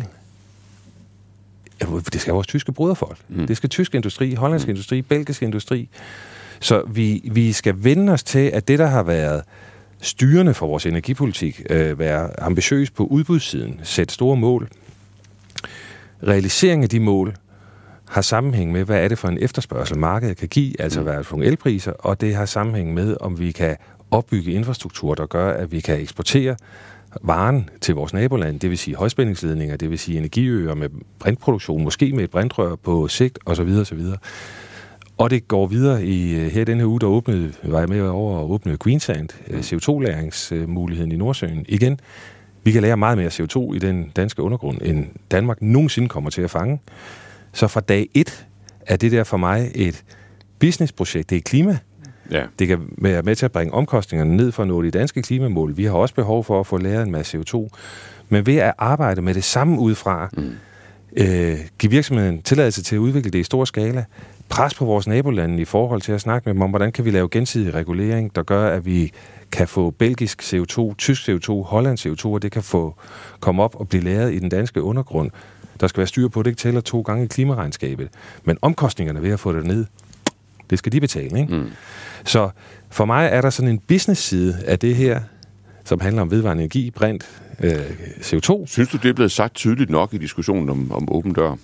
Det skal vores tyske broderfolk. Mm. Det skal tysk industri, hollandsk industri, belgisk industri. Så vi skal vende os til, at det, der har været styrende for vores energipolitik, være ambitiøs på udbudssiden, sætte store mål. Realisering af de mål har sammenhæng med, hvad er det for en efterspørgsel, markedet kan give, altså hvad er det for nogle elpriser, og det har sammenhæng med, om vi kan opbygge infrastruktur, der gør, at vi kan eksportere varen til vores naboland, det vil sige højspændingsledninger, det vil sige energiøer med brintproduktion, måske med et brintrør på sigt, osv. osv. Og det går videre her i denne her uge, var jeg med over at åbne Greensand, CO2-læringsmuligheden i Nordsøen. Igen, vi kan lære meget mere CO2 i den danske undergrund, end Danmark nogensinde kommer til at fange. Så fra dag 1 er det der for mig et businessprojekt. Det er klima. Ja. Det kan være med til at bringe omkostningerne ned for at nå de danske klimamål. Vi har også behov for at få læret en masse CO2. Men ved at arbejde med det samme udefra, give virksomheden tilladelse til at udvikle det i stor skala, pres på vores nabolande i forhold til at snakke med dem om, hvordan kan vi lave gensidig regulering, der gør, at vi kan få belgisk CO2, tysk CO2, hollandsk CO2, og det kan komme op og blive lagret i den danske undergrund. Der skal være styr på, det ikke tæller 2 gange i klimaregnskabet. Men omkostningerne ved at få det ned, det skal de betale, ikke? Mm. Så for mig er der sådan en business-side af det her, som handler om vedvarende energi, brint, CO2. Synes du, det er blevet sagt tydeligt nok i diskussionen om åben dør?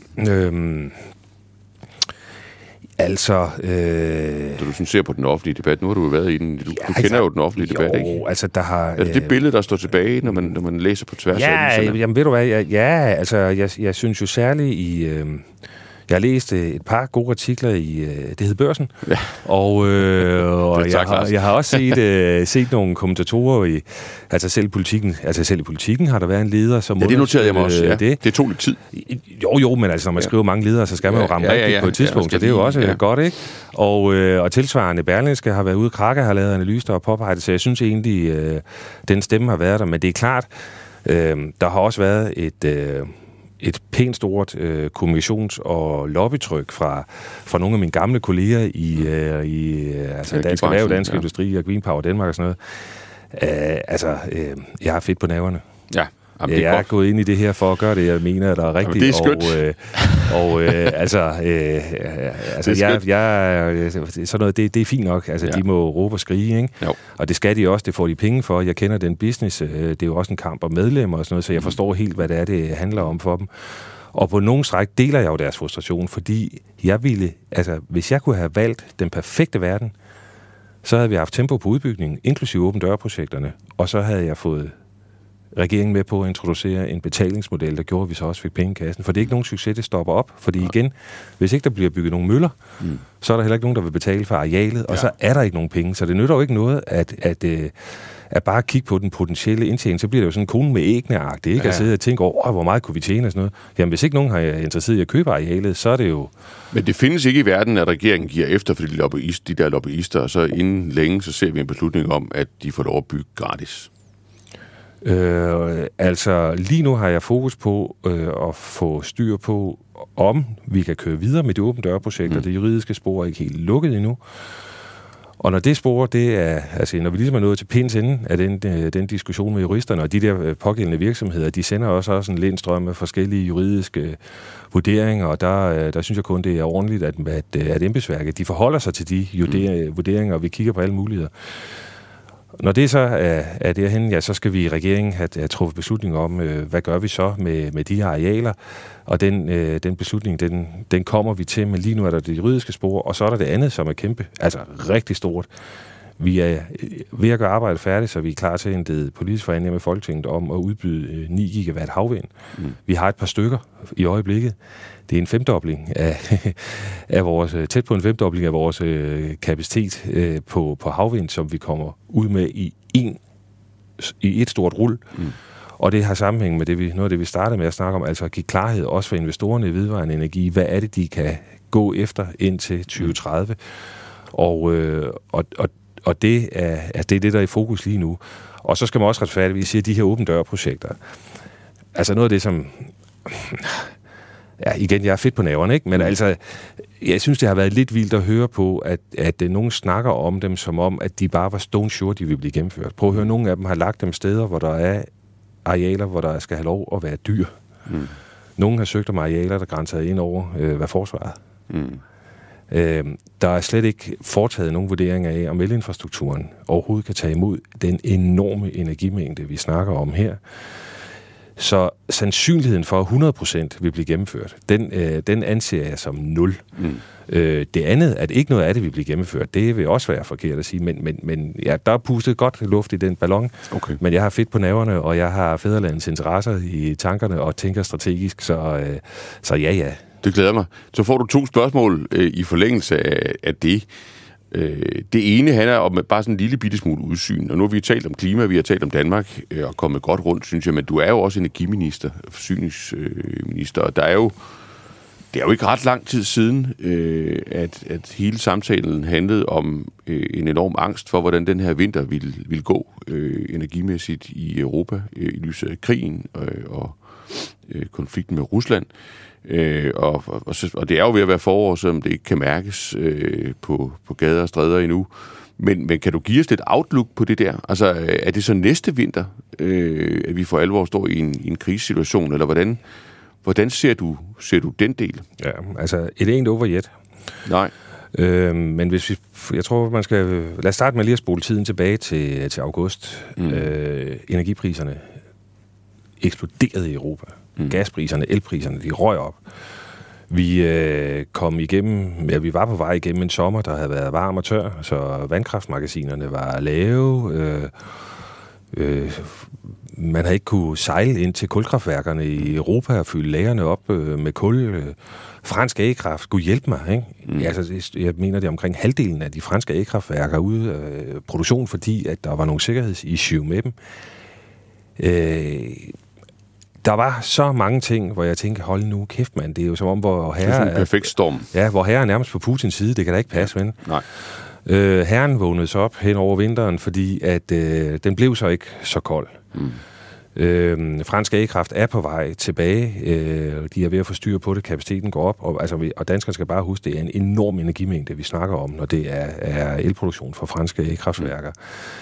Så du sådan ser på den offentlige debat, nu har du jo været i den, du kender jo den offentlige debat, ikke? Altså der har... Er det billede, der står tilbage, når man læser på tværs af den? Jamen ved du hvad, jeg synes jo særligt Jeg har læst et par gode artikler i, det hed Børsen, ja. og jeg har også set nogle kommentatorer i, selv i Politikken har der været en leder, som... Ja, det noterede jeg mig også, ja. Det tog lidt tid. Jo, men når man skriver mange ledere, så skal man jo ramme rigtigt på et tidspunkt, så det er jo også godt, ikke? Og tilsvarende Berlingske har været ude, Kraka har lavet analyser og påpeget det, så jeg synes egentlig, den stemme har været der, men det er klart, der har også været et pænt stort kommunikations- og lobbytryk fra nogle af mine gamle kolleger i Dansk Erhverv, Dansk Industri og Green Power Danmark og sådan noget. Jeg har fedt på nerverne. Ja. Jamen, jeg er gået ind i det her for at gøre det, jeg mener, der er rigtigt. Jamen, det er skønt. Sådan noget, det er fint nok. Altså, de må råbe og skrige, ikke? Jo. Og det skal de også, det får de penge for. Jeg kender den business, det er jo også en kamp om medlemmer og sådan noget, så jeg forstår helt, hvad det er, det handler om for dem. Og på nogle stræk deler jeg jo deres frustration, fordi jeg ville, hvis jeg kunne have valgt den perfekte verden, så havde vi haft tempo på udbygningen, inklusive åben dørprojekterne, og så havde jeg fået regeringen med på at introducere en betalingsmodel, der gjorde, at vi så også fik penge i kassen. For det er ikke nogen succes, det stopper op. Fordi igen, hvis ikke der bliver bygget nogle møller, så er der heller ikke nogen, der vil betale for arealet, og så er der ikke nogen penge. Så det nytter jo ikke noget at bare kigge på den potentielle indtjening. Så bliver det jo sådan en kone med ægne-agtigt, ikke? At sidde og tænke over, hvor meget kunne vi tjene og sådan noget. Jamen, hvis ikke nogen har interesseret i at købe arealet, så er det jo... Men det findes ikke i verden, at regeringen giver efter for de der lobbyister, og så inden længe, så ser vi en beslutning om, at de får lov at bygge gratis. Lige nu har jeg fokus på at få styr på, om vi kan køre videre med de åbne dørprojekter. Det juridiske spor er ikke helt lukket endnu. Og når det spor, det er, når vi ligesom er nået til pins ende af den diskussion med juristerne, og de der pågældende virksomheder, de sender også en lindstrøm af forskellige juridiske vurderinger, og der synes jeg kun, det er ordentligt, at embedsværket, de forholder sig til de vurderinger, og vi kigger på alle muligheder. Når det så er derhen, ja, så skal vi i regeringen have truffet beslutning om, hvad gør vi så med de her arealer, og den beslutning, den kommer vi til, men lige nu er der det juridiske spor, og så er der det andet, som er kæmpe, rigtig stort. Vi er ved at gøre arbejdet færdigt, så vi er klar til at indlede politisk forhandlinger med Folketinget om at udbyde 9 gigawatt havvind. Vi har et par stykker i øjeblikket. Det er en femdobling af vores, tæt på en femdobling af vores kapacitet på havvind, som vi kommer ud med i et stort rul. Og det har sammenhæng med noget af det, vi startede med at snakke om, altså at give klarhed også for investorerne i vedvarende energi. Hvad er det, de kan gå efter indtil 2030? Og det er det, der er i fokus lige nu. Og så skal man også retfærdigvis sige, at de her åbne dørprojekter, noget af det, som... Ja, igen, jeg er fedt på nerverne, ikke? Men jeg synes, det har været lidt vildt at høre på, at nogen snakker om dem, som om, at de bare var stone sure, de vil blive gennemført. Prøv at høre, nogle af dem har lagt dem steder, hvor der er arealer, hvor der skal have lov at være dyr. Nogle har søgt om arealer, der grænser ind over, hvad forsvaret. Der er slet ikke foretaget nogen vurderinger af, om elinfrastrukturen overhovedet kan tage imod den enorme energimængde, vi snakker om her. Så sandsynligheden for 100% vil blive gennemført, den anser jeg som 0. Det andet, at ikke noget af det vil blive gennemført, det vil også være forkert at sige, men ja, der er pustet godt luft i den ballon, men jeg har fedt på nerverne, og jeg har fædrelandets interesser i tankerne og tænker strategisk, så ja. Det glæder mig. Så får du 2 spørgsmål i forlængelse af det. Det ene handler om bare sådan en lille bitte smule udsyn, og nu har vi talt om klima, vi har talt om Danmark, og kommet godt rundt, synes jeg, men du er jo også energiminister, forsyningsminister, og det er jo ikke ret lang tid siden, at hele samtalen handlede om en enorm angst for, hvordan den her vinter ville gå energimæssigt i Europa, i lyset af krigen og konflikten med Rusland. Og det er jo ved at være forår, selvom det ikke kan mærkes på gader og stræder endnu. Men kan du give os lidt outlook på det der? Altså, er det så næste vinter, at vi for alvor står i en krisesituation, eller hvordan ser du den del? Ja, it ain't over yet. Nej. Men jeg tror, man skal... Lad os starte med lige at spole tiden tilbage til august. Energipriserne eksploderede i Europa. Gaspriserne, elpriserne, de røg op. Vi kom igennem, vi var på vej igennem en sommer, der havde været varm og tør, så vandkraftmagasinerne var lave. man har ikke kunne sejle ind til kulkraftværkerne i Europa og fylde lagerne op med kul. Fransk A-kraft skulle hjælpe mig, ikke? Altså, jeg mener, det er omkring halvdelen af de franske A-kraftværker ude af produktion, fordi at der var nogle sikkerhedsissue med dem. Der var så mange ting, hvor jeg tænkte, hold nu kæft, mand. Det er jo som om, hvor herre... Det er sådan en perfekt storm. Ja, hvor herre er nærmest på Putins side. Det kan da ikke passe, ven. Nej. Herren vågnede så op hen over vinteren, fordi at den blev så ikke så kold. Fransk A-kraft er på vej tilbage. De er ved at få styr på det. Kapaciteten går op. Og danskerne skal bare huske, det er en enorm energimængde, vi snakker om, når det er elproduktion for franske A-kraftværker.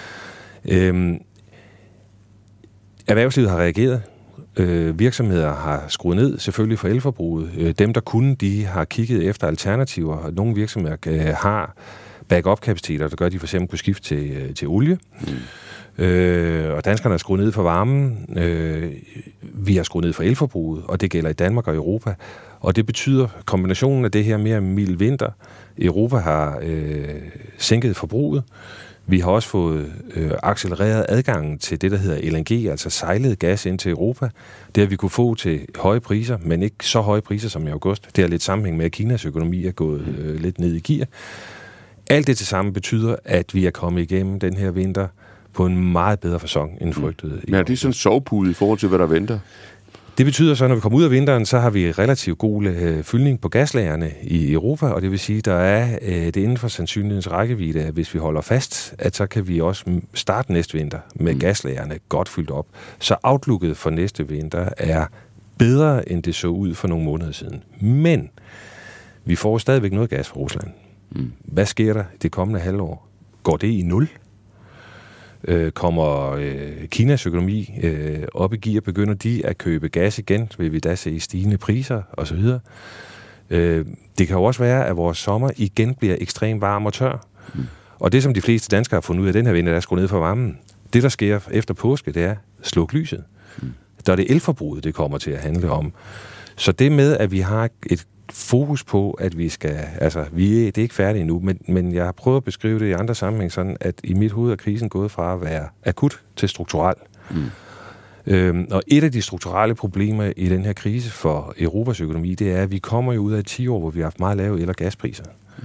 Erhvervslivet har reageret. Virksomheder har skruet ned, selvfølgelig for elforbruget. Dem, der kunne, de har kigget efter alternativer. Nogle virksomheder har backup-kapaciteter, der gør, at de for eksempel kunne skifte til olie. Og danskerne har skruet ned for varmen. Vi har skruet ned for elforbruget, og det gælder i Danmark og Europa. Og det betyder kombinationen af det her mere mild vinter. Europa har sænket forbruget. Vi har også fået accelereret adgangen til det, der hedder LNG, altså sejlet gas ind til Europa. Det har vi kunne få til høje priser, men ikke så høje priser som i august. Det har lidt sammenhæng med, at Kinas økonomi er gået lidt ned i gear. Alt det til sammen betyder, at vi er kommet igennem den her vinter på en meget bedre facon end frygtet. Men er det sådan en sovepude i forhold til, hvad der venter? Det betyder så, at når vi kommer ud af vinteren, så har vi relativt god fyldning på gaslagerne i Europa, og det vil sige, at der er det inden for sandsynlighedens rækkevidde, at hvis vi holder fast, at så kan vi også starte næste vinter med gaslagerne godt fyldt op. Så outlooket for næste vinter er bedre, end det så ud for nogle måneder siden. Men vi får stadigvæk noget gas fra Rusland. Hvad sker der det kommende halvår? Går det i nul? Kommer Kinas økonomi op i gear, begynder de at købe gas igen, vil vi da se stigende priser osv. Det kan jo også være, at vores sommer igen bliver ekstremt varm og tør. Og det, som de fleste danskere har fundet ud af den her vinter, er at skrue ned for varmen. Det, der sker efter påske, det er sluk lyset. Der er det elforbruget, det kommer til at handle om. Så det med, at vi har et fokus på, at vi skal... Altså, det er ikke færdigt endnu, men jeg har prøvet at beskrive det i andre sammenhæng, sådan at i mit hoved er krisen gået fra at være akut til strukturel. Og et af de strukturelle problemer i den her krise for Europas økonomi, det er, at vi kommer jo ud af et 10 år, hvor vi har haft meget lave el- og gaspriser.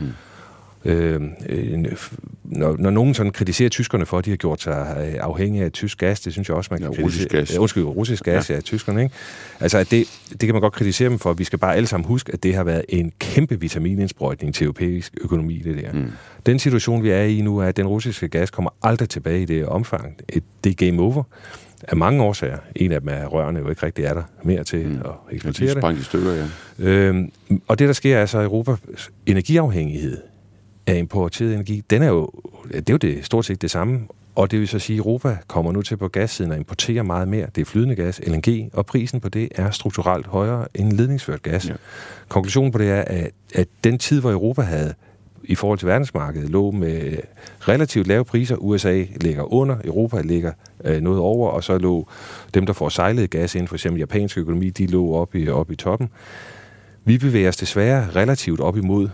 Når nogen sådan kritiserer tyskerne for, at de har gjort sig afhængige af tysk gas, det synes jeg også, man kan kritisere. Russisk gas, ja, tyskerne, ikke? Altså, det kan man godt kritisere dem for. Vi skal bare alle sammen huske, at det har været en kæmpe vitaminindsprøjtning til europæisk økonomi, det der. Den situation, vi er i nu, er, at den russiske gas kommer aldrig tilbage i det omfang. Det er game over. Af mange årsager. En af dem er, at rørene jo ikke rigtig er der mere til at eksportere det. Sprængt i stykker, ja. Og det, der sker, er så Europas energiafhængighed af importeret energi, det er jo det stort set det samme. Og det vil så sige, at Europa kommer nu til på gassiden at importere meget mere. Det er flydende gas, LNG, og prisen på det er strukturelt højere end ledningsført gas. Ja. Konklusionen på det er, at den tid, hvor Europa havde i forhold til verdensmarkedet, lå med relativt lave priser. USA ligger under, Europa ligger noget over, og så lå dem, der får sejlet gas ind, for eksempel japansk økonomi, de lå oppe i toppen. Vi bevæger os desværre relativt op imod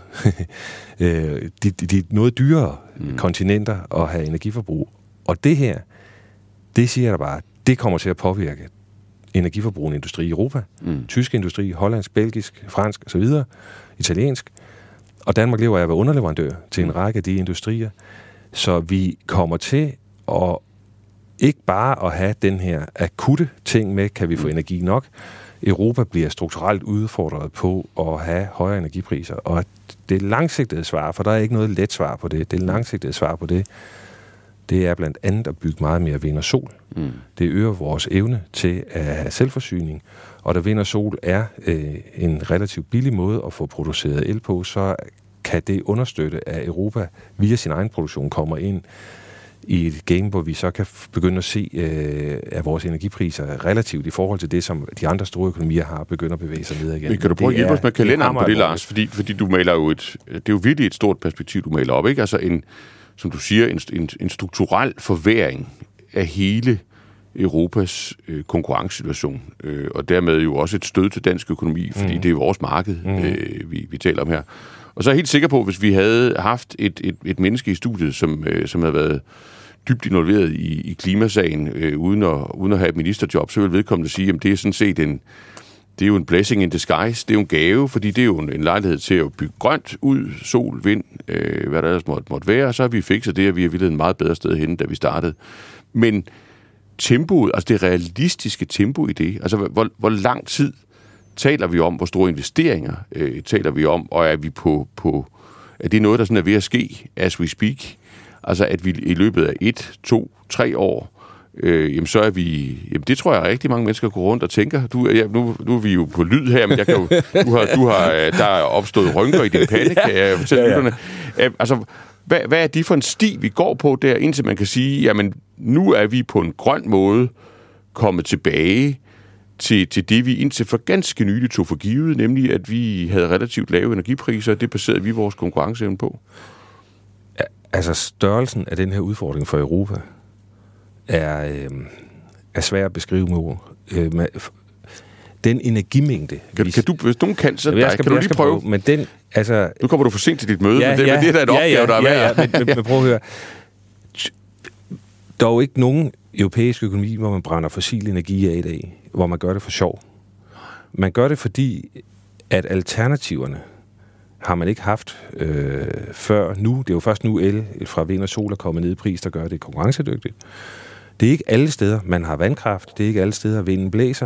de noget dyrere kontinenter at have energiforbrug. Og det her, det siger jeg bare, det kommer til at påvirke energiforbrugende industri i Europa. Tysk industri, hollandsk, belgisk, fransk osv., italiensk. Og Danmark lever af at være underleverandør til en række af de industrier. Så vi kommer til at ikke bare at have den her akutte ting med, kan vi få energi nok. Europa bliver strukturelt udfordret på at have højere energipriser. Og det langsigtede svar, for der er ikke noget let svar på det, det langsigtede svar på det, det er blandt andet at bygge meget mere vind og sol. Det øger vores evne til at have selvforsyning. Og da vind og sol er en relativt billig måde at få produceret el på, så kan det understøtte, at Europa via sin egen produktion kommer ind i et game, hvor vi så kan begynde at se, at vores energipriser relativt i forhold til det, som de andre store økonomier har, begyndt at bevæge sig ned igen. Men kan du prøve at hjælpe os med kalenderen på det, Lars? Fordi du maler jo det er jo virkelig et stort perspektiv, du maler op, ikke? Altså som du siger, en strukturel forværing af hele Europas konkurrencesituation, og dermed jo også et stød til dansk økonomi, fordi det er vores marked, vi taler om her. Og så er jeg helt sikker på, hvis vi havde haft et menneske i studiet, som havde været dybt involveret i klimasagen, uden at have et ministerjob, så vil vedkommende sige, at det er sådan set det er jo en blessing in disguise, det er jo en gave, fordi det er jo en lejlighed til at bygge grønt ud, sol, vind, hvad der ellers måtte være, og så har vi fikset det, og vi har vildt et meget bedre sted hen, da vi startede. Men tempoet, altså det realistiske tempo i det, altså hvor lang tid taler vi om, hvor store investeringer taler vi om, og er vi er det noget, der sådan er ved at ske, as we speak? Altså at vi i løbet af 1, 2, 3 år, jamen så er vi... Jamen det tror jeg, rigtig mange mennesker går rundt og tænker. Nu er vi jo på lyd her, men jeg kan jo, der er opstået rynker i din pande, kan jeg fortælle lytterne. Altså, hvad er det for en sti, vi går på der, indtil man kan sige, jamen nu er vi på en grøn måde kommet tilbage til det, vi indtil for ganske nylig tog for givet, nemlig at vi havde relativt lave energipriser, og det baserede vi vores konkurrenceevne på? Altså størrelsen af den her udfordring for Europa er svær at beskrive med ord. Den energimængde... Kan du, hvis nogen kan, så kan du lige prøve? Men den, altså, nu kommer du for sent til dit møde, men det er da et opgave, der er værd. Men prøv at høre. Der er jo ikke nogen europæisk økonomi, hvor man brænder fossil energi af i dag, hvor man gør det for sjov. Man gør det, fordi at alternativerne har man ikke haft før nu. Det er jo først nu el fra vind og sol er kommet ned i pris, der gør det konkurrencedygtigt. Det er ikke alle steder, man har vandkraft. Det er ikke alle steder, vinden blæser.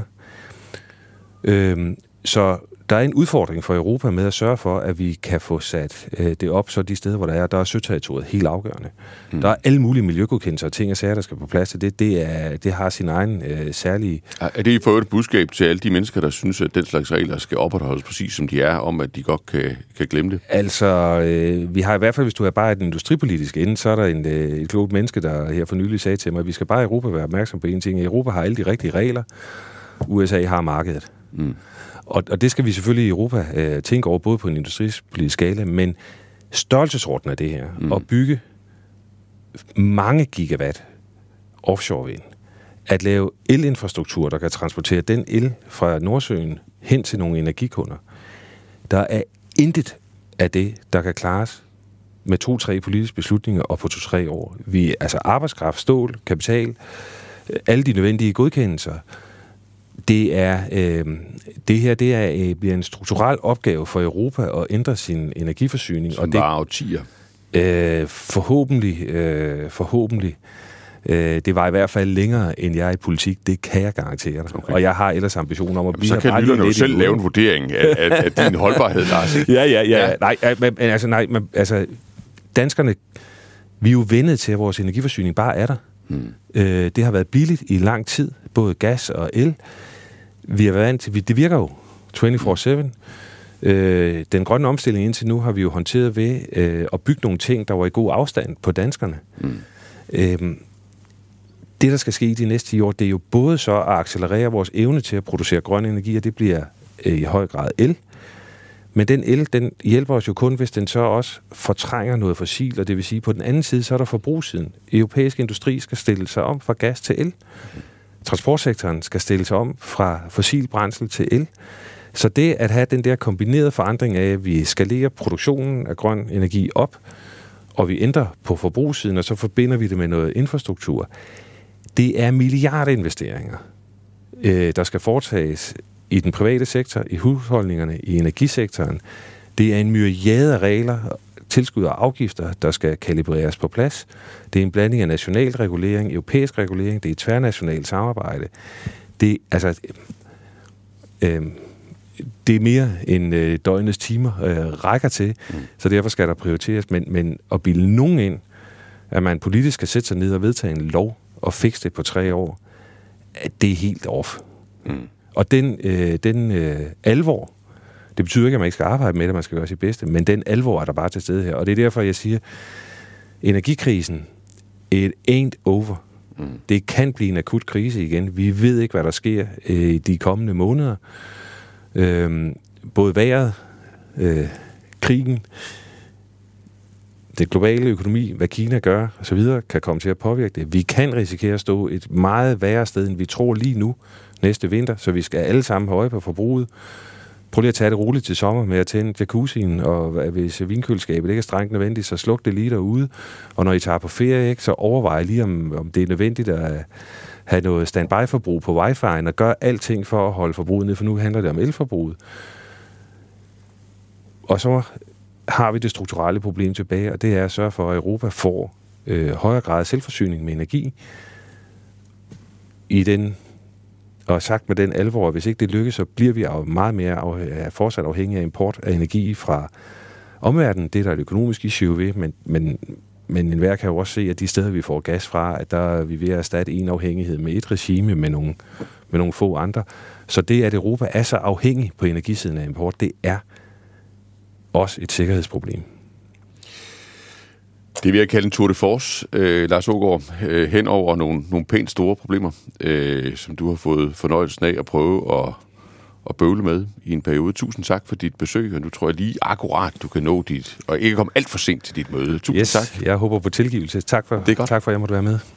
Så der er en udfordring for Europa med at sørge for, at vi kan få sat det op, så de steder, hvor der er søterritoriet helt afgørende. Der er alle mulige miljøgodkendelser og ting og sager, der skal på plads til det. Det har sin egen særlige... Er det i for et budskab til alle de mennesker, der synes, at den slags regler skal opretholdes præcis som de er, om at de godt kan glemme det? Altså, vi har i hvert fald, hvis du er bare et industripolitisk ende, så er der et klogt menneske, der her for nylig sagde til mig, at vi skal bare i Europa være opmærksom på en ting. Europa har alle de rigtige regler. USA har markedet. Og det skal vi selvfølgelig i Europa tænke over, både på en industripolitisk skala, men størrelsesordenen af det her, at bygge mange gigawatt offshore vind, at lave elinfrastruktur, der kan transportere den el fra Nordsøen hen til nogle energikunder. Der er intet af det, der kan klares med 2-3 politiske beslutninger og på 2-3 år. Altså arbejdskraft, stål, kapital, alle de nødvendige godkendelser. Det bliver en strukturel opgave for Europa at ændre sin energiforsyning. Som var årtier. Forhåbentlig. Det var i hvert fald længere, end jeg er i politik. Det kan jeg garantere dig. Okay. Og jeg har ellers ambitioner om at blive... Så kan lytterne jo selv lave en vurdering af din holdbarhed, Lars. Ikke? Ja. Danskerne, vi er jo vendet til, at vores energiforsyning bare er der. Det har været billigt i lang tid, både gas og el. Vi har været vant til, det virker jo 24/7. Den grønne omstilling indtil nu har vi jo håndteret ved at bygge nogle ting, der var i god afstand på danskerne. Det, der skal ske i de næste 10 år, det er jo både så at accelerere vores evne til at producere grøn energi, og det bliver i høj grad el. Men den el, den hjælper os jo kun, hvis den så også fortrænger noget fossil, og det vil sige, på den anden side, så er der forbrugssiden. Europæisk industri skal stille sig om fra gas til el. Transportsektoren skal stille sig om fra fossil brændsel til el. Så det at have den der kombinerede forandring af, at vi skalerer produktionen af grøn energi op, og vi ændrer på forbrugssiden, og så forbinder vi det med noget infrastruktur, det er milliardinvesteringer, der skal foretages i den private sektor, i husholdningerne, i energisektoren. Det er en myriade af regler, tilskud og afgifter, der skal kalibreres på plads. Det er en blanding af national regulering, europæisk regulering, det er tværnationalt samarbejde. Det er mere end døgnets timer rækker til, så derfor skal der prioriteres. Men at bilde nogen ind, at man politisk skal sætte sig ned og vedtage en lov og fikse det på 3 år, det er helt off. Og den alvor, det betyder ikke, at man ikke skal arbejde med det, man skal gøre sit bedste, men den alvor er der bare til stede her. Og det er derfor, jeg siger, energikrisen, it ain't over. Det kan blive en akut krise igen. Vi ved ikke, hvad der sker i de kommende måneder. Både vejret, krigen, det globale økonomi, hvad Kina gør osv., kan komme til at påvirke det. Vi kan risikere at stå et meget værre sted, end vi tror lige nu næste vinter, så vi skal alle sammen have øje på forbruget. prøv lige at tage det roligt til sommer med at tænde jacuzzien, og hvis vinkøleskabet ikke er strengt nødvendigt, så sluk det lige derude. Og når I tager på ferie, ikke, så overvej lige, om det er nødvendigt at have noget standby-forbrug på wifi'en, og gøre alting for at holde forbruget ned, for nu handler det om elforbruget. Og så har vi det strukturelle problem tilbage, og det er at sørge for, at Europa får højere grad af selvforsyning med energi i den. Og sagt med den alvor, hvis ikke det lykkes, så bliver vi meget mere fortsat afhængige af import af energi fra omverdenen. Det er der et økonomisk issue ved, men enhver kan jo også se, at de steder, vi får gas fra, at der er vi ved at erstatte en afhængighed med et regime med nogle få andre. Så det, at Europa er så afhængig på energisiden af import, det er også et sikkerhedsproblem. Det vil jeg kalde en tour de force, Lars Aagaard, hen over nogle pænt store problemer, som du har fået fornøjelsen af at prøve at bøvle med i en periode. Tusind tak for dit besøg, og nu tror jeg lige akkurat, du kan nå dit, og ikke komme alt for sent til dit møde. Tusind tak. Jeg håber på tilgivelse. Tak for, at jeg måtte være med.